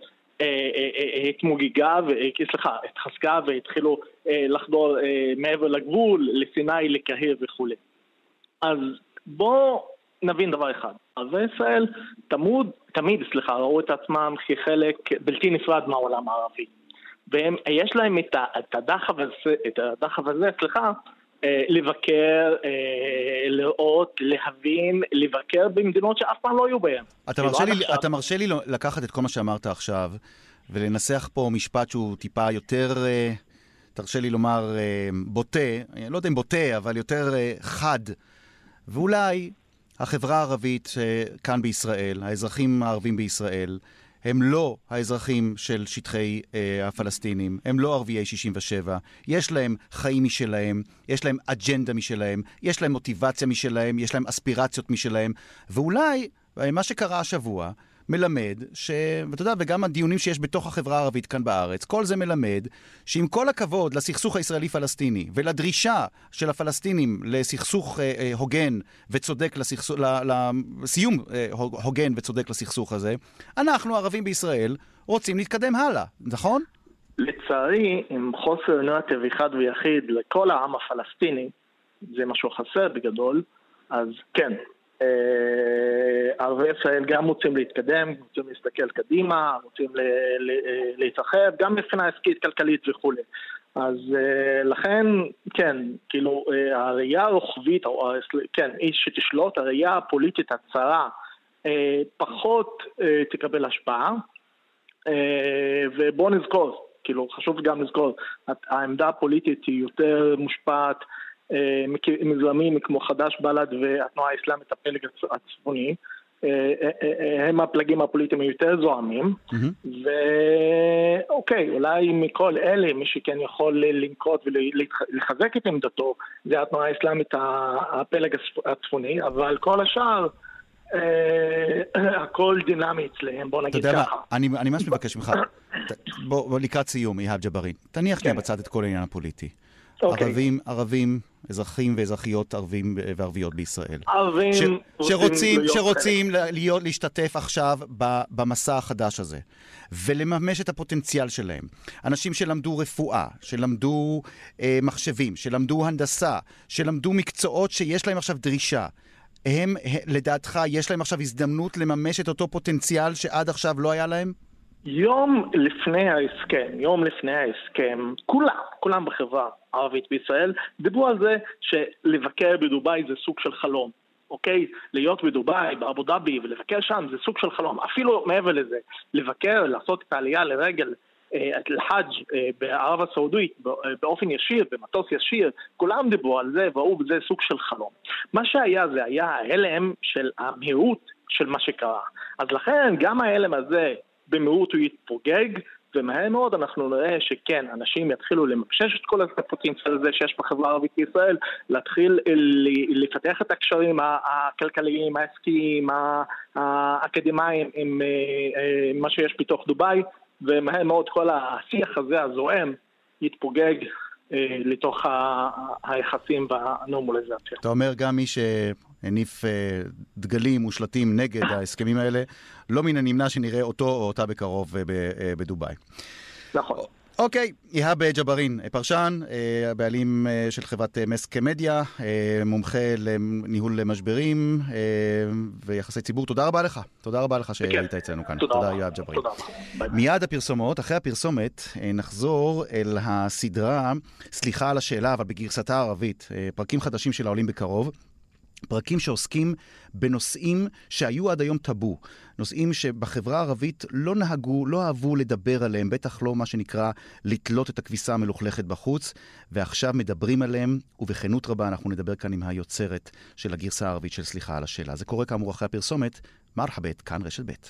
התחזקה והתחילו לחדור מעבר לגבול, לסיני, לקהיר וכו'. אז בואו נבין דבר אחד. ערבי ישראל תמיד ראו את עצמם כחלק בלתי נפרד מהעולם הערבי. ויש להם את הדחף הזה, לבקר, לראות, להבין, לבקר במדינות שאף פעם לא היו בהם. אתה מרשה לי לקחת את כל מה שאמרת עכשיו, ולנסח פה משפט שהוא טיפה יותר, תרשה לי לומר, בוטה, לא יודע אם בוטה, אבל יותר חד. ואולי החברה הערבית כאן בישראל, האזרחים הערבים בישראל, הם לא האזרחים של שטחי הפלסטינים, הם לא ערביי 67, יש להם חיים משלהם, יש להם אג'נדה משלהם, יש להם מוטיבציה משלהם, יש להם אספירציות משלהם, ואולי מה שקרה השבוע מלמד, ואתה יודע, וגם הדיונים שיש בתוך החברה הערבית כאן בארץ, כל זה מלמד שעם כל הכבוד לסכסוך הישראלי-פלסטיני ולדרישה של הפלסטינים לסכסוך הוגן וצודק, לסיום הוגן וצודק לסכסוך הזה, אנחנו הערבים בישראל רוצים להתקדם הלאה, נכון? לצערי, עם חוסר נרטיב אחד ויחיד לכל העם הפלסטיני, זה משהו חסר בגדול, אז כן, ערבי ישראל גם רוצים להתקדם, רוצים להסתכל קדימה, רוצים להתרחב, גם מבחינה עסקית, כלכלית וכו'. אז לכן, כן, כאילו, הראייה הרוחבית, כן, איש שתשלוט, הראייה הפוליטית הצרה, פחות תקבל השפעה, ובוא נזכור, כאילו, חשוב גם לזכור, העמדה הפוליטית היא יותר מושפעת, מזרמים כמו חד"ש בל"ד והתנועה האסלאמית הפלג הצפוני, הם הפלגים הפוליטיים היותר זוהמים, ואוקיי, אולי מכל אלה מי שכן יכול לנקוט ולחזק את עמדתו זה התנועה האסלאמית הפלג הצפוני, אבל כל השאר הכל דינמי אצלם, בוא נגיד ככה. אני ממש מבקש ממך, בוא לקראת סיום, איהאב ג'בארין, תניח שנייה בצד את כל העניין הפוליטי. ערבים, אזרחים ואזרחיות ערבים וערביות בישראל. שרוצים להשתתף עכשיו במסע החדש הזה, ולממש את הפוטנציאל שלהם. אנשים שלמדו רפואה, שלמדו מחשבים, שלמדו הנדסה, שלמדו מקצועות שיש להם עכשיו דרישה. הם, לדעתך, יש להם עכשיו הזדמנות לממש את אותו פוטנציאל שעד עכשיו לא היה להם? יום לפני ההסכם, כולם בחברה הערבית בישראל דיברו על זה שלבקר בדובאי זה סוג של חלום, אוקיי? להיות בדובאי, באבו דאבי ולבקר שם זה סוג של חלום. אפילו מעבר לזה, לבקר, לעשות את העלייה לרגל, את אל-חאג' בערב הסעודית באופן ישיר, במטוס ישיר, כולם דיברו על זה והוא בזה סוג של חלום. מה שהיה זה היה ההלם של המהירות של מה שקרה. אז לכן גם ההלם הזה במהירות הוא יתפוגג, ומהר מאוד אנחנו נראה שכן, אנשים יתחילו למשש את כל הפוטנציאל הזה שיש בחברה הערבית בישראל, להתחיל לפתח את הקשרים הכלכליים, העסקיים, האקדמיים עם מה שיש בתוך דובאי, ומהר מאוד כל השיח הזה הזוהם יתפוגג לתוך היחסים והנורמליזציה. אתה אומר גם מי שהניף דגלים ושלטים נגד ההסכמים האלה, לא מן הנמנע שנראה אותו או אותה בקרוב בדובאי. נכון. אוקיי, איהאב ג'בארין, פרשן, בעלים של חברת מסק מדיה, מומחה לניהול משברים ויחסי ציבור. תודה רבה לך. תודה רבה לך שהיית אצלנו כאן. תודה, איהאב ג'בארין. מיד הפרסומות, אחרי הפרסומת, נחזור אל הסדרה, סליחה על השאלה, אבל בגרסתה הערבית, פרקים חדשים של העולים בקרוב. פרקים שעוסקים בנושאים שהיו עד היום טאבו. נושאים שבחברה הערבית לא נהגו, לא אהבו לדבר עליהם, בטח לא מה שנקרא לתלות את הכביסה המלוכלכת בחוץ, ועכשיו מדברים עליהם, ובכנות רבה אנחנו נדבר כאן עם היוצרת של הגרסה הערבית של סליחה על השאלה. זה קורה כאמור אחרי הפרסומת. מרחבת, כאן רשת ב'.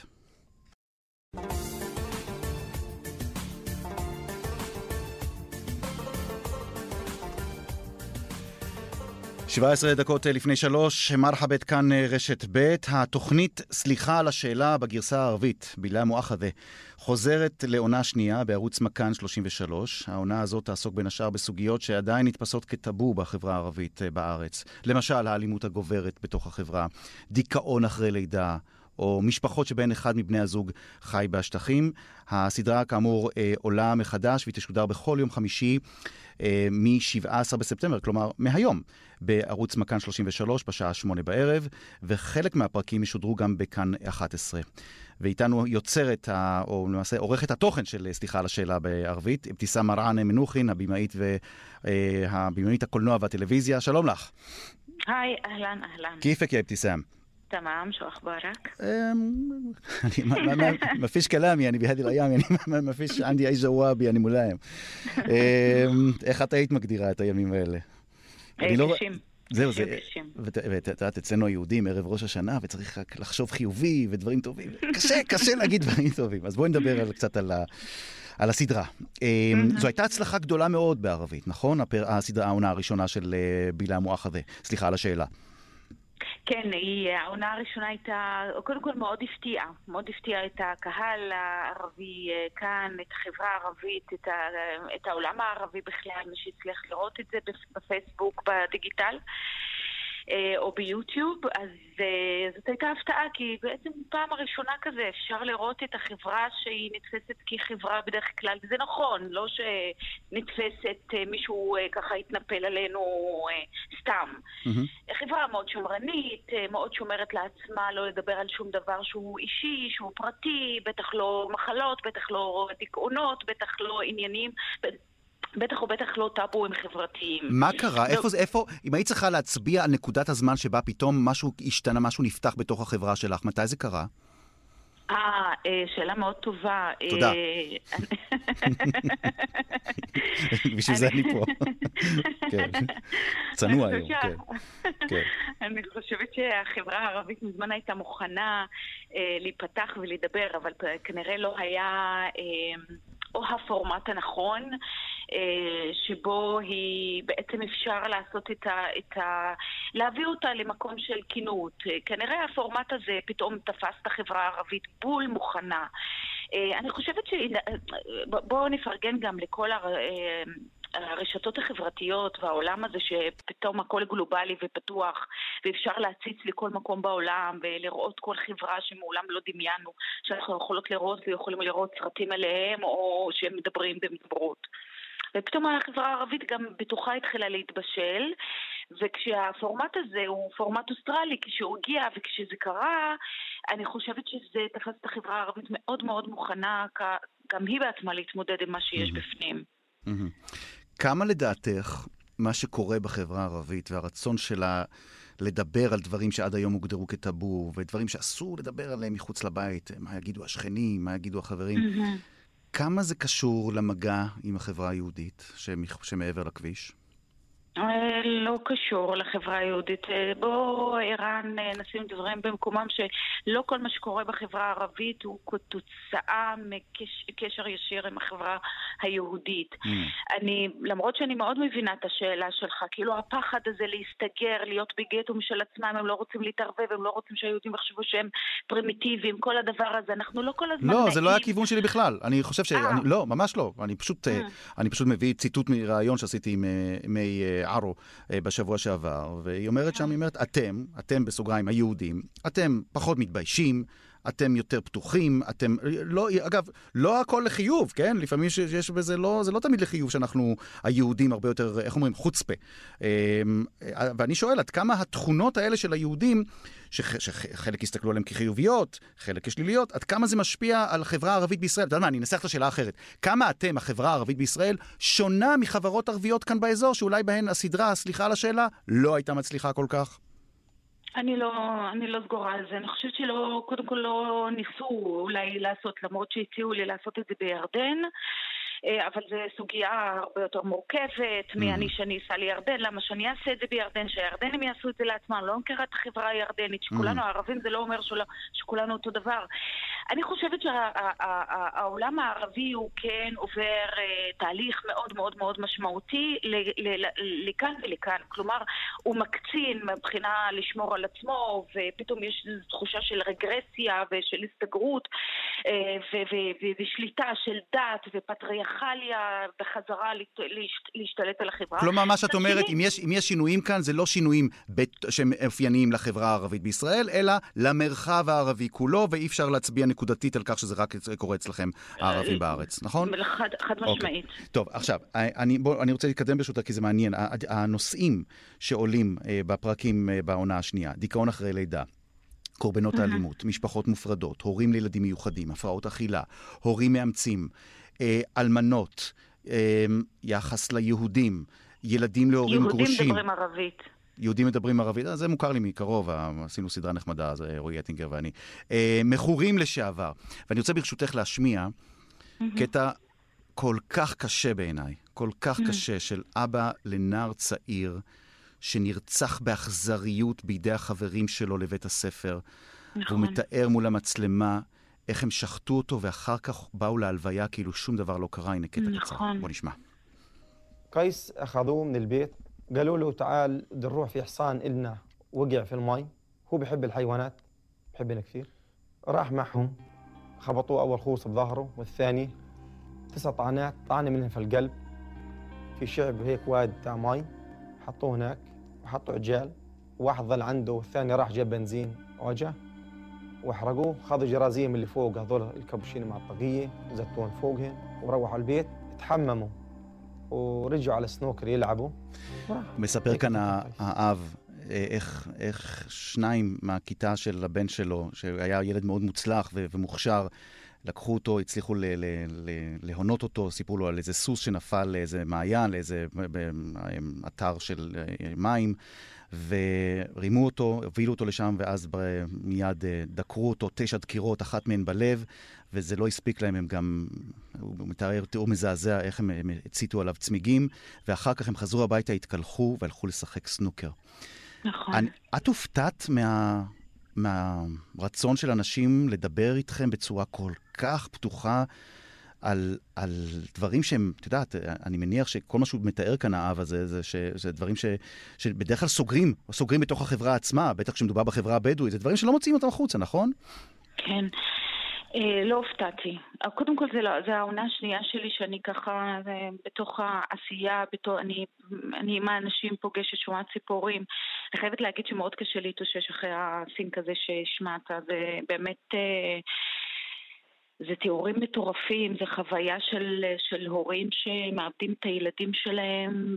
17 דקות לפני 3, מרחבת כאן רשת ב'. התוכנית סליחה על השאלה בגרסה הערבית, בילה מואחדה, חוזרת לעונה שנייה בערוץ מכאן 33. העונה הזאת תעסוק בין השאר בסוגיות שעדיין נתפסות כטאבו בחברה הערבית בארץ. למשל, האלימות הגוברת בתוך החברה, דיכאון אחרי לידה, או משפחות שבהן אחד מבני הזוג חי בשטחים. הסדרה כאמור עולה מחדש והיא תשודר בכל יום חמישי מ-17 בספטמבר, כלומר מהיום, בערוץ מכאן 33 בשעה 8 בערב, וחלק מהפרקים ישודרו גם בכאן 11. ואיתנו יוצרת, או למעשה עורכת התוכן של סליחה על השאלה בערבית, אבתיסאם מראענה מנוחין, הבימאית הקולנוע והטלוויזיה. שלום לך. היי, אהלן, אהלן. כיפק יא אבתיסאם? تمام شو أخبارك؟ ما فيش كلام يعني بهذه الأيام يعني ما فيش عندي أي جواب يعني ملائم. איך את היית מגדירה את הימים האלה? קשים. זהו, זה, ואת יודעת, אצלנו היהודים ערב ראש השנה, וצריך רק לחשוב חיובי ודברים טובים. קשה להגיד דברים טובים. אז בואי נדבר קצת על הסדרה. זו הייתה הצלחה גדולה מאוד בערבית, נכון? הסדרה, העונה הראשונה של בילה מואחדה. סליחה על השאלה. כן, העונה הראשונה הייתה, קודם כל מאוד הפתיעה את הקהל הערבי כאן, את החברה הערבית, את העולם הערבי בכלל, מי שהצליח לראות את זה בפייסבוק, בדיגיטל או ביוטיוב. אז זאת הייתה הפתעה, כי בעצם פעם הראשונה כזה אפשר לראות את החברה שהיא נתפסת כחברה בדרך כלל, וזה נכון, לא שנתפסת מישהו ככה יתנפל עלינו סתם. חברה מאוד שמרנית, מאוד שומרת לעצמה, לא לדבר על שום דבר שהוא אישי, שהוא פרטי, בטח לא מחלות, בטח לא דיכאונות, בטח לא עניינים, בטח ובטח לא טאבואים חברתיים. מה קרה? איפה, אם היית צריכה להצביע על נקודת הזמן שבה פתאום משהו השתנה, משהו נפתח בתוך החברה שלך, מתי זה קרה? שאלה מאוד טובה. תודה. בשביל זה אני פה. כן. צנוע היום, כן. אני חושבת שהחברה הערבית מזמן הייתה מוכנה להיפתח ולדבר, אבל כנראה לא היה או הפורמט הנכון, שבו היא בעצם אפשר לעשות להביא אותה למקום של כינות. כנראה הפורמט הזה פתאום תפס את החברה הערבית בול מוכנה. אני חושבת בואו נפרגן גם לכל הרשתות החברתיות והעולם הזה שפתאום הכל גלובלי ופתוח ואפשר להציץ לכל מקום בעולם ולראות כל חברה שמעולם לא דמיינו שאנחנו יכולות לראות ויכולים לראות סרטים עליהם או שהם מדברים במדברות. ופתאום החברה הערבית גם בתוכה התחילה להתבשל, וכשהפורמט הזה הוא פורמט אוסטרלי, כשהוא הגיע וכשזה קרה, אני חושבת שזה תפס את החברה הערבית מאוד מאוד מוכנה, גם היא בעצמה להתמודד עם מה שיש בפנים. כמה לדעתך מה שקורה בחברה הערבית והרצון שלה לדבר על דברים שעד היום הוגדרו כטאבו, ודברים שאסור לדבר עליהם מחוץ לבית, מה יגידו השכנים, מה יגידו החברים, כמה זה קשור למגע עם החברה היהודית שמעבר לכביש? לא קשור לחברה היהודית. בוא ערן נשים דברים במקומם שלא כל מה שקורה בחברה הערבית הוא כתוצאה מקשר ישיר עם החברה היהודית. למרות שאני מאוד מבינה את השאלה שלך, כאילו הפחד הזה להסתגר, להיות בגטו משל עצמם, הם לא רוצים להתערבב, הם לא רוצים שהיהודים יחשבו שהם פרימיטיביים, כל הדבר הזה, אנחנו לא כל הזמן לא, זה לא היה הכיוון שלי בכלל. אני חושב לא, ממש לא. אני פשוט מביא ציטוט מרעיון שעשיתי עם ערו בשבוע שעבר, והיא אומרת שם, היא אומרת, אתם בסוגריים היהודים, אתם פחות מתביישים, אתם יותר פתוחים, אתם, לא, אגב, לא הכל לחיוב, כן? לפעמים שיש בזה, זה לא תמיד לחיוב שאנחנו היהודים הרבה יותר, איך אומרים, חוצפה. ואני שואל, עד כמה התכונות האלה של היהודים, שחלק יסתכלו עליהם כחיוביות, חלק כשליליות, עד כמה זה משפיע על החברה הערבית בישראל? אתה יודע מה, אני אנסח את השאלה אחרת. כמה אתם, החברה הערבית בישראל, שונה מחברות ערביות כאן באזור, שאולי בהן הסדרה, סליחה על השאלה, לא הייתה מצליחה כל כך? אני לא סגורה על זה. אני חושבת קודם כל לא ניסו אולי לעשות, למרות שהציעו לי לעשות את זה בירדן, אבל זו סוגיה הרבה יותר מורכבת, מי אני שאני אסע לירדן, למה שאני אעשה את זה בירדן, שהירדנים יעשו את זה לעצמם, לא מכירה את החברה הירדנית, שכולנו הערבים זה לא אומר שכולנו אותו דבר. אני חושבת שהעולם הערבי הוא כן עובר תהליך מאוד מאוד מאוד משמעותי לכאן ולכאן. כלומר, הוא מקצין מבחינה לשמור על עצמו, ופתאום יש תחושה של רגרסיה ושל הסתגרות ושליטה של דת ופטריארכליה בחזרה להשתלט על החברה. כלומר, מה שאת אומרת, אם יש שינויים כאן, זה לא שינויים שמאופיינים לחברה הערבית בישראל, אלא למרחב הערבי כולו, ואי אפשר להצביע נקודתית על כך שזה רק קורה אצלכם הערבים בארץ, נכון? חד משמעית. טוב, עכשיו, אני רוצה להתקדם ברשותך כי זה מעניין. הנושאים שעולים בפרקים בעונה השנייה, דיכאון אחרי לידה, קורבנות האלימות, משפחות מופרדות, הורים לילדים מיוחדים, הפרעות אכילה, הורים מאמצים, אלמנות, יחס ליהודים, ילדים להורים גרושים. יהודים מדברים ערבית. יהודים מדברים ערבית, זה מוכר לי מקרוב, עשינו סדרה נחמדה, זה רועי אטינגר ואני. מכורים לשעבר. ואני רוצה ברשותך להשמיע קטע כל כך קשה בעיניי, כל כך קשה של אבא לנער צעיר, שנרצח באכזריות בידי החברים שלו לבית הספר. נכון. והוא מתאר מול המצלמה איך הם שחטו אותו, ואחר כך באו להלוויה כאילו שום דבר לא קרה. הנה קטע קצר. בוא נשמע. قيس أخذوه من البيت قالوا له تعال بدنا نروح في حصان إلنا وقع في المي هو بحب الحيوانات بحبنا كثير راح معهم خبطوه أول خوص بظهره والثاني 9 طعنات طعنة منهم في القلب في شعب هيك واد تاع مي حطوه هناك وحطوا عجال واحد ظل عنده والثاني راح جاب بنزين وجه واحرقوه خذوا جرازيم اللي فوق هذول الكبشين مع الطاقية زتون فوقهم وروحوا البيت تحمموا ورجعوا على סנוקר ילעבו. מספר כאן האב איך שניים מהכיתה של הבן שלו, שהיה ילד מאוד מוצלח ומוכשר, לקחו אותו, הצליחו להונות אותו, סיפרו לו על איזה סוס שנפל לאיזה מעיין, לאיזה אתר של מים, ורימו אותו, הובילו אותו לשם, ואז מיד דקרו אותו 9 דקירות, אחת מהן בלב, וזה לא הספיק להם, הם גם, הוא מתאר תיאור מזעזע, איך הם הציתו עליו צמיגים, ואחר כך הם חזרו הביתה, התקלחו, והלכו לשחק סנוקר. נכון. את הופתעת מהרצון של אנשים לדבר איתכם בצורה כל כך פתוחה, על דברים שהם, את יודעת, אני מניח שכל מה שהוא מתאר כאן האב הזה, זה דברים שבדרך כלל סוגרים בתוך החברה עצמה, בטח כשמדובר בחברה הבדואית, זה דברים שלא מוציאים אותם החוצה, נכון? כן. לא הופתעתי. קודם כל זה העונה השנייה שלי שאני ככה בתוך העשייה, אני עם האנשים פוגשת שומעת ציפורים. אני חייבת להגיד שמאוד קשה להתאושש אחרי הסינק הזה שהשמעת, זה באמת זה תיאורים מטורפים, זה חוויה של הורים שמאבדים את הילדים שלהם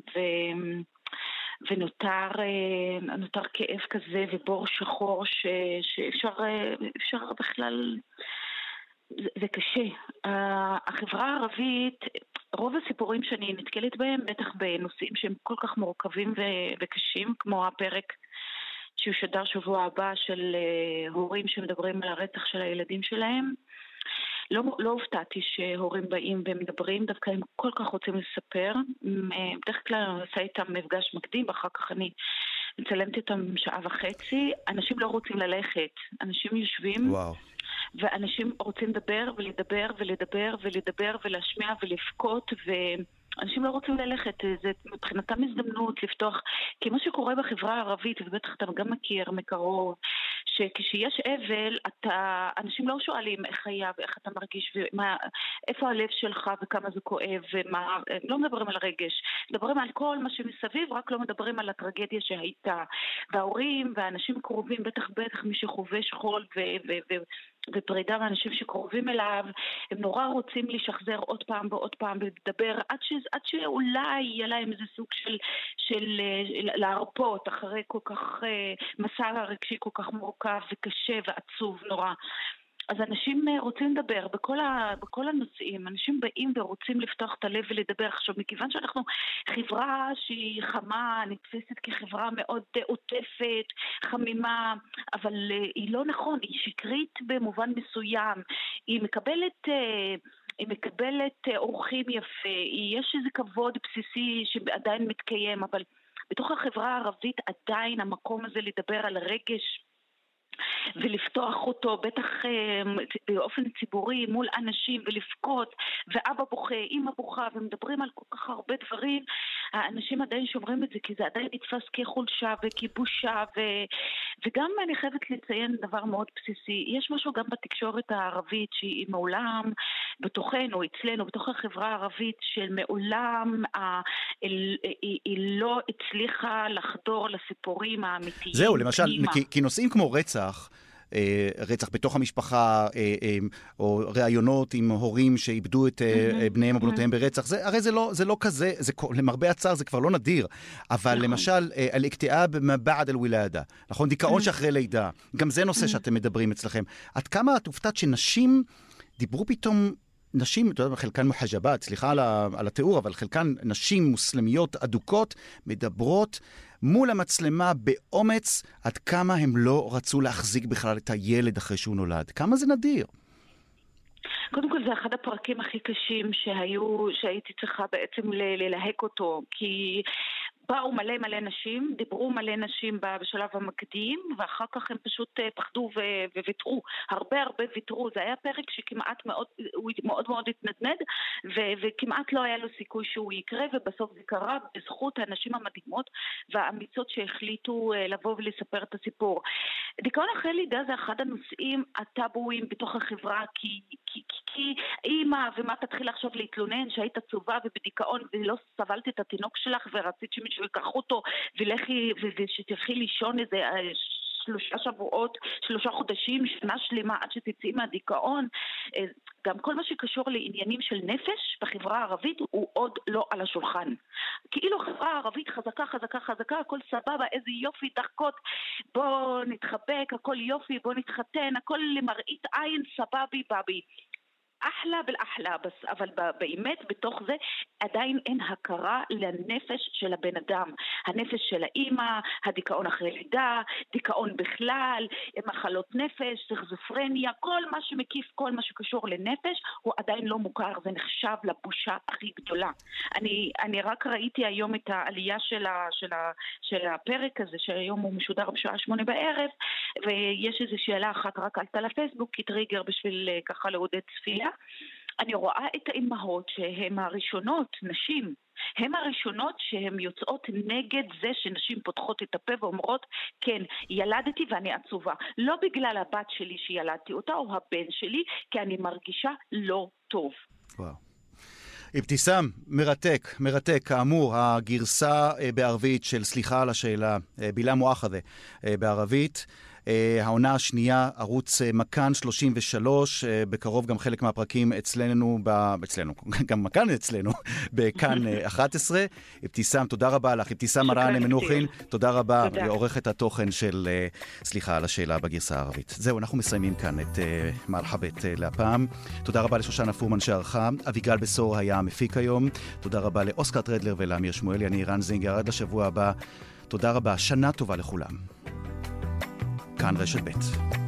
ונותר כאב כזה ובור שחור שאפשר בכלל, זה קשה. החברה הערבית, רוב הסיפורים שאני נתקלת בהם, בטח בנושאים שהם כל כך מורכבים וקשים, כמו הפרק שיושודר שבוע הבא של הורים שמדברים על הרצח של הילדים שלהם, לא הופתעתי שהורים באים ומדברים, דווקא הם כל כך רוצים לספר. בדרך כלל אני עושה איתם מפגש מקדים, ואחר כך אני מצלמת איתם 1.5 שעות. אנשים לא רוצים ללכת, אנשים יושבים, ואנשים רוצים לדבר ולדבר ולדבר ולדבר ולהשמיע ולפקות, אנשים לא רוצים ללכת, זה מבחינתם הזדמנות לפתוח, כי מה שקורה בחברה הערבית, ובטח אתה גם מכיר מקרוב, שכשיש אבל, אנשים לא שואלים איך היה ואיך אתה מרגיש, איפה הלב שלך וכמה זה כואב, לא מדברים על הרגש, מדברים על כל מה שמסביב, רק לא מדברים על הטרגדיה שהייתה. וההורים והאנשים קרובים, בטח מי שחווה שכול ופרידה מהאנשים שקרובים אליו, הם נורא רוצים לשחזר עוד פעם ועוד פעם ולדבר, עד שאולי יהיה להם איזה סוג של להרפות אחרי כל כך מסע הרגשי כל כך מורכב וקשה ועצוב נורא. אז אנשים רוצים לדבר בכל הנושאים, אנשים באים ורוצים לפתוח את הלב ולדבר. עכשיו, מכיוון שאנחנו חברה שהיא חמה, נתפסת כחברה מאוד עוטפת, חמימה, אבל היא לא נכון, היא שקרית במובן מסוים, היא מקבלת אורחים יפה, יש איזה כבוד בסיסי שעדיין מתקיים, אבל בתוך החברה הערבית עדיין המקום הזה לדבר על הרגש, ולפתוח אותו בטח באופן ציבורי מול אנשים ולבכות, ואבא בוכה, אמא בוכה, ומדברים על כל כך הרבה דברים, האנשים עדיין שומרים את זה כי זה עדיין נתפס כחולשה וכבושה, וגם אני חייבת לציין דבר מאוד בסיסי, יש משהו גם בתקשורת הערבית שהיא מעולם בתוכנו, אצלנו, בתוך החברה הערבית, של מעולם היא לא הצליחה לחדור לסיפורים האמיתיים. זהו, למשל, כי נושאים כמו רצח בתוך המשפחה, או ראיונות עם הורים שאיבדו את בניהם או בנותיהם ברצח, הרי זה לא כזה, למרבה הצער זה כבר לא נדיר, אבל למשל, על אקתיאב מבעד אל-וילדה, נכון? דיכאון שאחרי לידה, גם זה נושא שאתם מדברים אצלכם. עד כמה את הופתעת שנשים דיברו פתאום, נשים, אתה יודע, חלקן מחג'בת, סליחה על התיאור, אבל חלקן נשים מוסלמיות אדוקות מדברות מול המצלמה באומץ עד כמה הם לא רצו להחזיק בכלל את הילד אחרי שהוא נולד. כמה זה נדיר? קודם כל זה אחד הפרקים הכי קשים שהייתי צריכה בעצם ללהק אותו, כי באו מלא נשים, דיברו מלא נשים בשלב המקדים, ואחר כך הם פשוט פחדו וויתרו. הרבה ויתרו. זה היה פרק שכמעט הוא מאוד מאוד התנדנד, וכמעט לא היה לו סיכוי שהוא יקרה, ובסוף זה קרה בזכות האנשים המדהימות והאמיצות שהחליטו לבוא ולספר את הסיפור. דיכאון אחרי לידה זה אחד הנושאים הטאבויים בתוך החברה, כי אימא, ומה תתחיל עכשיו להתלונן שהיית עצובה ובדיכאון ולא סבלת את התינוק שלך ורצית שמישהו ייקח אותו ולכי ושתלכי לישון איזה 3 שבועות, 3 חודשים, שנה שלמה עד שתצאי מהדיכאון. גם כל מה שקשור לעניינים של נפש בחברה הערבית הוא עוד לא על השולחן. כאילו חברה הערבית חזקה, הכל סבבה, איזה יופי, דחקות, בוא נתחבק, הכל יופי, בוא נתחתן, הכל למראית עין, סבבי, בבי. אחלה ולאחלה, אבל באמת בתוך זה עדיין אין הכרה לנפש של הבן אדם. הנפש של האמא, הדיכאון אחרי לידה, דיכאון בכלל, מחלות נפש, סכיזופרניה, כל מה שמקיף, כל מה שקשור לנפש, הוא עדיין לא מוכר, זה נחשב לבושה הכי גדולה. אני רק ראיתי היום את העלייה של הפרק הזה, שהיום הוא משודר בשעה 8 בערב, ויש איזו שאלה אחת רק עלתה לפייסבוק, כטריגר בשביל ככה לעודד צפייה. אני רואה את האימהות שהן הראשונות, נשים, הן הראשונות שהן יוצאות נגד זה שנשים פותחות את הפה ואומרות, כן, ילדתי ואני עצובה. לא בגלל הבת שלי שילדתי אותה או הבן שלי, כי אני מרגישה לא טוב. וואו. אבתיסאם, מרתק, כאמור, הגרסה בערבית של סליחה על השאלה, בילה מואחדה בערבית, העונה השנייה, ערוץ מכאן 33, בקרוב גם חלק מהפרקים אצלנו, גם מכאן אצלנו, בכאן 11. אבתיסאם, תודה רבה לך. אבתיסאם מראענה מנוחין, תודה רבה, ועורכת התוכן של סליחה על השאלה בגרסה הערבית. זהו, אנחנו מסיימים כאן את מרחבת להפעם. תודה רבה לשושנה פורמן שערכה, אביגל בסור היה המפיק היום, תודה רבה לאוסקר טרדלר ולאמיר שמואלי, אני ערן זינגר, עד לשבוע הבא. תודה רבה, שנה טובה לכולם. כאן רשת ב'.